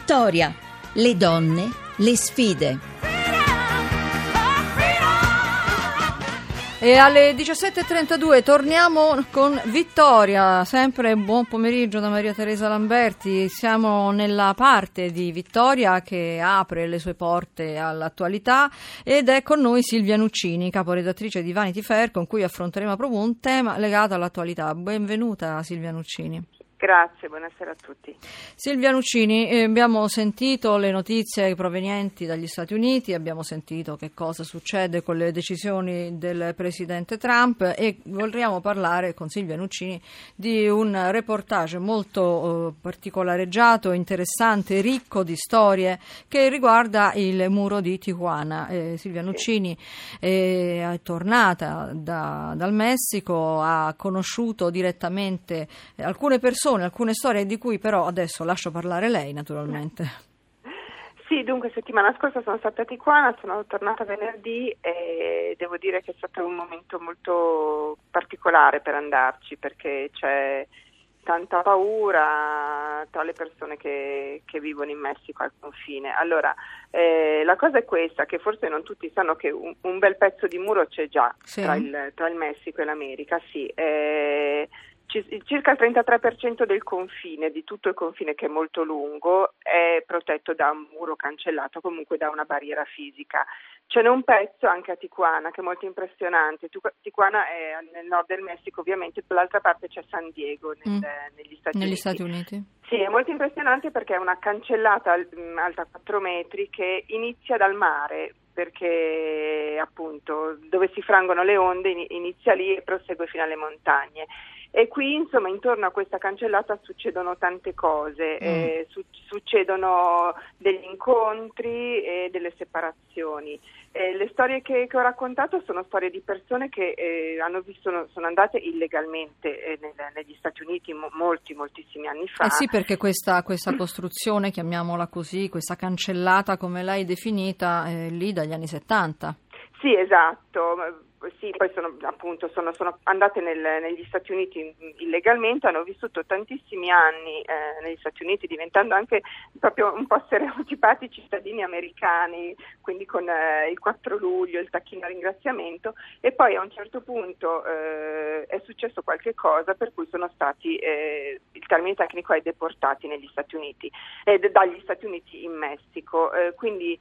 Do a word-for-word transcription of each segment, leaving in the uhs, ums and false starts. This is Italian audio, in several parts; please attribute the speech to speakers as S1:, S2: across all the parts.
S1: Vittoria, le donne, le sfide.
S2: E alle diciassette e trentadue torniamo con Vittoria, sempre buon pomeriggio da Maria Teresa Lamberti. Siamo nella parte di Vittoria che apre le sue porte all'attualità ed è con noi Silvia Nuccini, caporedattrice di Vanity Fair, con cui affronteremo proprio un tema legato all'attualità. Benvenuta Silvia Nuccini.
S3: Grazie, buonasera a tutti.
S2: Silvia Nuccini, eh, abbiamo sentito le notizie provenienti dagli Stati Uniti, abbiamo sentito che cosa succede con le decisioni del presidente Trump e vogliamo parlare con Silvia Nuccini di un reportage molto eh, particolareggiato, interessante, ricco di storie che riguarda il muro di Tijuana. Eh, Silvia Nuccini eh, è tornata da, dal Messico, ha conosciuto direttamente alcune persone, alcune storie di cui però adesso lascio parlare lei naturalmente.
S3: Sì, dunque settimana scorsa sono stata a Tijuana, sono tornata venerdì e devo dire che è stato un momento molto particolare per andarci perché c'è tanta paura tra le persone che, che vivono in Messico al confine. Allora, eh, la cosa è questa, che forse non tutti sanno che un, un bel pezzo di muro c'è già sì. tra, il, tra il Messico e l'America, sì. Eh, Circa il trentatré per cento del confine, di tutto il confine che è molto lungo, è protetto da un muro cancellato, comunque da una barriera fisica. Ce n'è un pezzo anche a Tijuana che è molto impressionante. Tijuana è nel nord del Messico, ovviamente, dall'altra parte c'è San Diego nel, mm. negli Stati
S2: negli
S3: Uniti.
S2: Stati Uniti.
S3: Sì, è molto impressionante perché è una cancellata alta quattro metri che inizia dal mare, perché appunto dove si frangono le onde inizia lì e prosegue fino alle montagne. E qui insomma intorno a questa cancellata succedono tante cose, mm. eh, su- succedono degli incontri e delle separazioni. Eh, le storie che, che ho raccontato sono storie di persone che eh, hanno visto, sono andate illegalmente eh, nel, negli Stati Uniti mo- molti, moltissimi anni fa.
S2: Eh sì, perché questa, questa costruzione, chiamiamola così, questa cancellata come l'hai definita, è lì dagli anni settanta.
S3: Sì, esatto. Sì, poi sono appunto sono, sono andate nel, negli Stati Uniti illegalmente, hanno vissuto tantissimi anni eh, negli Stati Uniti, diventando anche proprio un po' stereotipati cittadini americani, quindi con eh, il quattro luglio, il tacchino a ringraziamento, e poi a un certo punto eh, è successo qualche cosa per cui sono stati, eh, il termine tecnico è deportati negli Stati Uniti, eh, dagli Stati Uniti in Messico, eh, quindi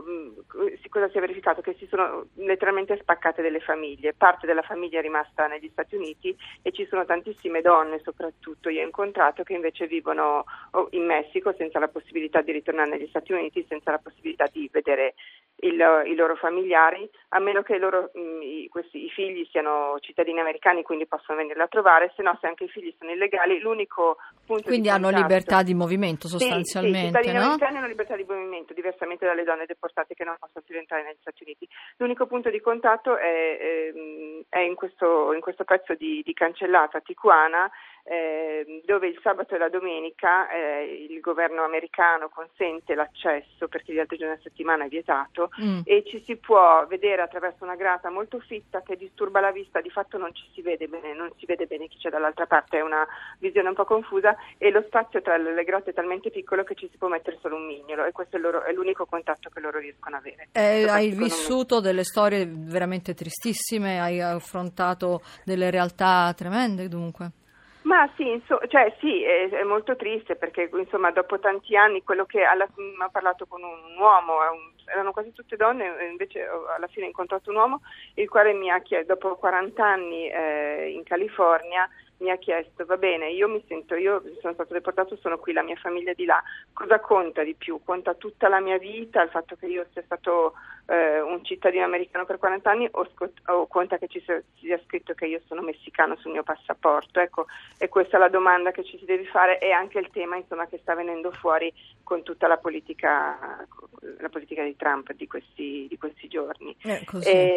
S3: mh, cosa si è verificato? Che si sono letteralmente spaccate delle famiglie. Famiglie. Parte della famiglia è rimasta negli Stati Uniti e ci sono tantissime donne, soprattutto io ho incontrato, che invece vivono in Messico senza la possibilità di ritornare negli Stati Uniti, senza la possibilità di vedere il, i loro familiari, a meno che i loro i, questi, i figli siano cittadini americani, quindi possono venirli a trovare, se no se anche i figli sono illegali, l'unico punto
S2: quindi
S3: di
S2: hanno
S3: contatto,
S2: libertà di movimento sostanzialmente,
S3: sì, sì, i cittadini
S2: no?
S3: americani hanno libertà di movimento, diversamente dalle donne deportate che non possono più entrare negli Stati Uniti. L'unico punto di contatto è è in questo, in questo pezzo di, di cancellata a Tijuana, eh, dove il sabato e la domenica eh, il governo americano consente l'accesso, perché gli altri giorni della settimana è vietato, mm. e ci si può vedere attraverso una grata molto fitta che disturba la vista, di fatto non ci si vede bene, non si vede bene chi c'è dall'altra parte, è una visione un po' confusa e lo spazio tra le grotte è talmente piccolo che ci si può mettere solo un mignolo e questo è, loro, è l'unico contatto che loro riescono a avere.
S2: Eh, hai vissuto delle storie veramente tristissime, hai affrontato delle realtà tremende dunque?
S3: Ma sì, insomma, cioè sì, è, è molto triste perché insomma dopo tanti anni quello che alla fine ho parlato con un uomo, un, erano quasi tutte donne, invece alla fine ho incontrato un uomo il quale mi ha chiesto, dopo quaranta anni eh, in California, mi ha chiesto, va bene, io mi sento, io sono stato deportato, sono qui, la mia famiglia è di là, cosa conta di più? Conta tutta la mia vita, il fatto che io sia stato eh, un cittadino americano per quaranta anni o, scot- o conta che ci sia, sia scritto che io sono messicano sul mio passaporto? Ecco, e questa è la domanda che ci si deve fare e anche il tema insomma che sta venendo fuori con tutta la politica la politica di Trump di questi, di questi giorni.
S2: Eh,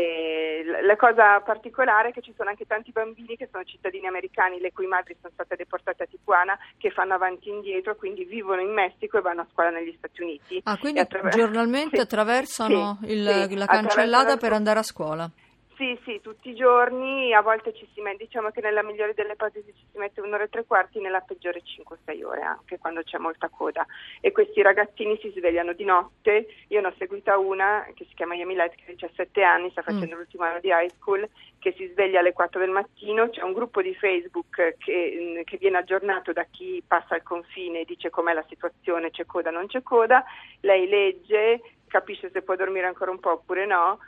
S3: e la cosa particolare è che ci sono anche tanti bambini che sono cittadini americani le cui madri sono state deportate a Tijuana, che fanno avanti e indietro, quindi vivono in Messico e vanno a scuola negli Stati Uniti.
S2: Ah, quindi
S3: attraver-
S2: giornalmente
S3: sì,
S2: attraversano
S3: sì,
S2: il,
S3: sì,
S2: la cancellata
S3: attraverso-
S2: per andare a scuola?
S3: Sì, sì, tutti i giorni, a volte ci si mette, diciamo che nella migliore delle ipotesi ci si mette un'ora e tre quarti, nella peggiore cinque sei ore, anche quando c'è molta coda. E questi ragazzini si svegliano di notte. Io ne ho seguita una che si chiama Yamilet, che ha diciassette anni, sta facendo mm. l'ultimo anno di high school, che si sveglia alle quattro del mattino. C'è un gruppo di Facebook che, che viene aggiornato da chi passa il confine e dice com'è la situazione, c'è coda, non c'è coda. Lei legge, capisce se può dormire ancora un po' oppure no,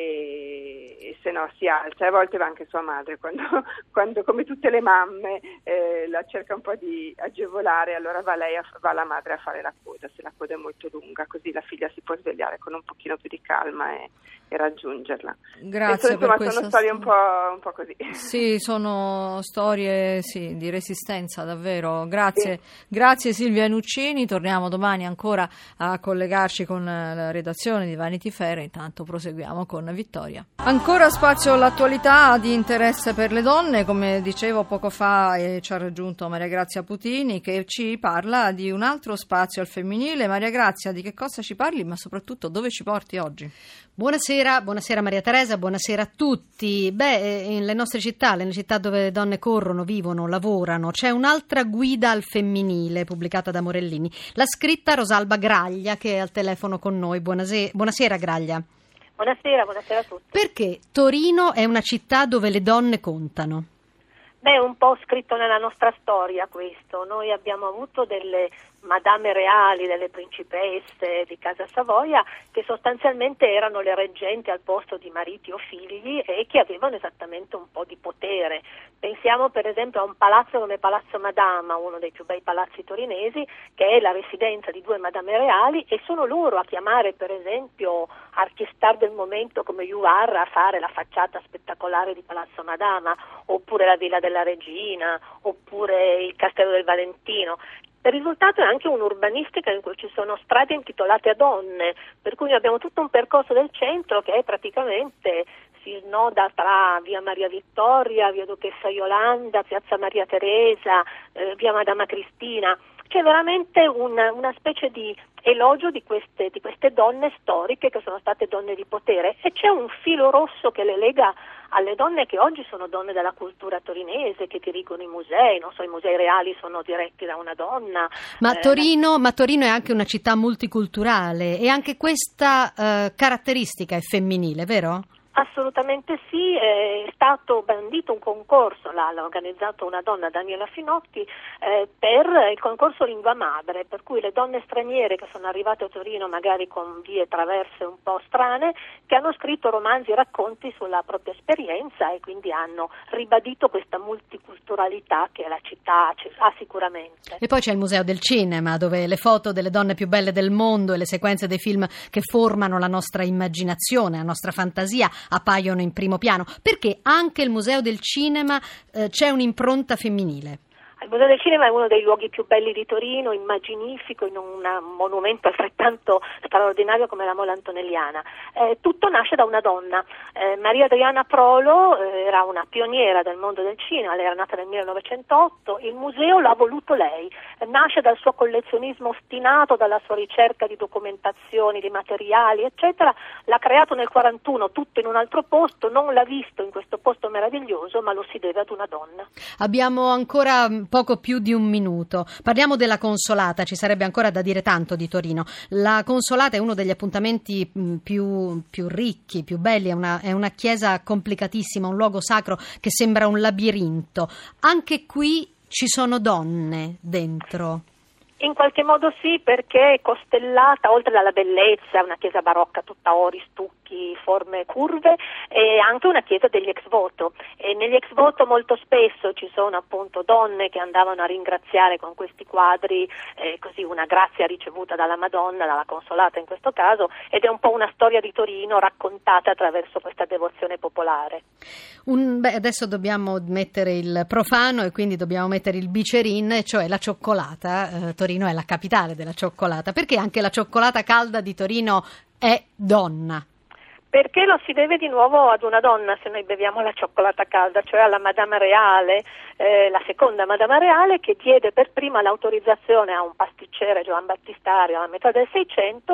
S3: e, e se no si alza. E a volte va anche sua madre quando, quando come tutte le mamme eh, la cerca un po' di agevolare, allora va lei a, va la madre a fare la coda, se la coda è molto lunga, così la figlia si può svegliare con un pochino più di calma e, e raggiungerla.
S2: Grazie.
S3: Insomma,
S2: per
S3: sono storie un po', un po' così.
S2: Sì, sono storie sì, di resistenza davvero. Grazie, sì. Grazie Silvia Nuccini. Torniamo domani ancora a collegarci con la redazione di Vanity Fair. Intanto proseguiamo con Vittoria. Ancora spazio all'attualità di interesse per le donne, come dicevo poco fa, eh, ci ha raggiunto Maria Grazia Putini che ci parla di un altro spazio al femminile. Maria Grazia, di che cosa ci parli, ma soprattutto dove ci porti oggi?
S4: Buonasera, buonasera Maria Teresa, buonasera a tutti. Beh, nelle nostre città, nelle città dove le donne corrono, vivono, lavorano, c'è un'altra guida al femminile pubblicata da Morellini. L'ha scritta Rosalba Graglia, che è al telefono con noi. Buonasera, buonasera Graglia.
S5: Buonasera, buonasera a tutti.
S4: Perché Torino è una città dove le donne contano?
S5: Beh, è un po' scritto nella nostra storia questo. Noi abbiamo avuto delle madame reali, delle principesse di Casa Savoia, che sostanzialmente erano le reggenti al posto di mariti o figli e che avevano esattamente un po' di potere. Pensiamo per esempio a un palazzo come Palazzo Madama, uno dei più bei palazzi torinesi, che è la residenza di due madame reali, e sono loro a chiamare per esempio archistar del momento come Juvarra a fare la facciata spettacolare di Palazzo Madama, oppure la Villa della Regina, oppure il Castello del Valentino. Il risultato è anche un'urbanistica in cui ci sono strade intitolate a donne, per cui abbiamo tutto un percorso del centro che è praticamente si snoda tra via Maria Vittoria, via Duchessa Iolanda, piazza Maria Teresa, eh, via Madama Cristina. C'è veramente una, una specie di elogio di queste, di queste donne storiche che sono state donne di potere, e c'è un filo rosso che le lega alle donne che oggi sono donne della cultura torinese, che dirigono i musei, non so, i musei reali sono diretti da una donna.
S4: Ma
S5: eh,
S4: Torino, ma Torino è anche una città multiculturale, e anche questa eh, caratteristica è femminile, vero?
S5: Assolutamente sì, è stato bandito un concorso, l'ha, l'ha organizzato una donna, Daniela Finotti, eh, per il concorso Lingua Madre, per cui le donne straniere che sono arrivate a Torino magari con vie traverse un po' strane, che hanno scritto romanzi e racconti sulla propria esperienza e quindi hanno ribadito questa multiculturalità che la città ha sicuramente.
S4: E poi c'è il Museo del Cinema, dove le foto delle donne più belle del mondo e le sequenze dei film che formano la nostra immaginazione, la nostra fantasia appaiono in primo piano, perché anche il Museo del Cinema eh, c'è un'impronta femminile.
S5: Il Museo del Cinema è uno dei luoghi più belli di Torino, immaginifico, in un monumento altrettanto straordinario come la Mola Antonelliana. Eh, tutto nasce da una donna. Eh, Maria Adriana Prolo eh, era una pioniera del mondo del cinema, lei era nata nel millenovecentotto, il museo l'ha voluto lei. Eh, nasce dal suo collezionismo ostinato, dalla sua ricerca di documentazioni, di materiali, eccetera. L'ha creato nel quarantuno, tutto in un altro posto, non l'ha visto in questo posto meraviglioso, ma lo si deve ad una donna.
S4: Abbiamo ancora poco più di un minuto. Parliamo della Consolata, ci sarebbe ancora da dire tanto di Torino. La Consolata è uno degli appuntamenti più, più ricchi, più belli, è una, è una chiesa complicatissima, un luogo sacro che sembra un labirinto. Anche qui ci sono donne dentro.
S5: In qualche modo sì, perché è costellata, oltre alla bellezza, una chiesa barocca tutta ori, stucchi, forme curve, è anche una chiesa degli ex voto. E negli ex voto molto spesso ci sono appunto donne che andavano a ringraziare con questi quadri, eh, così una grazia ricevuta dalla Madonna, dalla Consolata in questo caso, ed è un po' una storia di Torino raccontata attraverso questa devozione popolare.
S4: Un, beh, adesso dobbiamo mettere il profano e quindi dobbiamo mettere il bicerin, cioè la cioccolata. Eh, Torino è la capitale della cioccolata, perché anche la cioccolata calda di Torino è donna.
S5: Perché lo si deve di nuovo ad una donna se noi beviamo la cioccolata calda, cioè alla Madama Reale, eh, la seconda Madama Reale, che diede per prima l'autorizzazione a un pasticcere, Giovan Battista Ario, alla metà del Seicento, di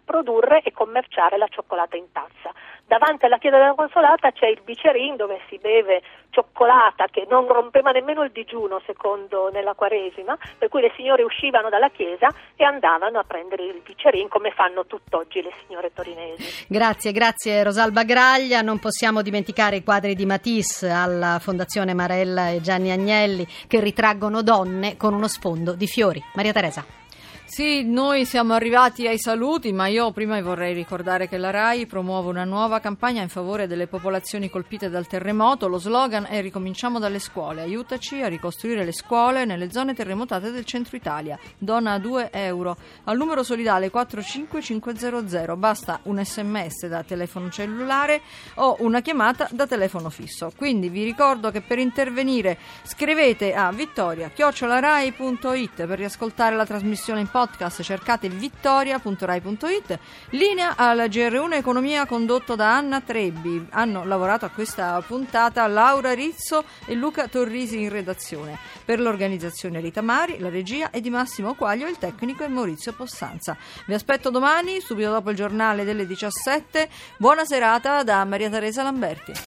S5: produrre e commerciare la cioccolata in tazza. Davanti alla chiesa della Consolata c'è il bicerin dove si beve cioccolata che non rompeva nemmeno il digiuno secondo nella Quaresima, per cui le signore uscivano dalla chiesa e andavano a prendere il bicerin come fanno tutt'oggi le signore torinesi.
S4: Grazie, grazie Rosalba Graglia. Non possiamo dimenticare i quadri di Matisse alla Fondazione Marella e Gianni Agnelli che ritraggono donne con uno sfondo di fiori. Maria Teresa.
S2: Sì, noi siamo arrivati ai saluti, ma io prima vorrei ricordare che la RAI promuove una nuova campagna in favore delle popolazioni colpite dal terremoto. Lo slogan è "Ricominciamo dalle scuole, aiutaci a ricostruire le scuole nelle zone terremotate del centro Italia. Dona due euro al numero solidale quattro cinque cinque zero zero, basta un sms da telefono cellulare o una chiamata da telefono fisso". Quindi vi ricordo che per intervenire scrivete a vittoria chiocciola rai punto it, per riascoltare la trasmissione in podcast cercate vittoria punto rai punto it. Linea al G R uno Economia condotto da Anna Trebbi. Hanno lavorato a questa puntata Laura Rizzo e Luca Torrisi in redazione. Per l'organizzazione Rita Mari, la regia è di Massimo Quaglio, il tecnico è Maurizio Possanza. Vi aspetto domani, subito dopo il giornale delle diciassette. Buona serata da Maria Teresa Lamberti.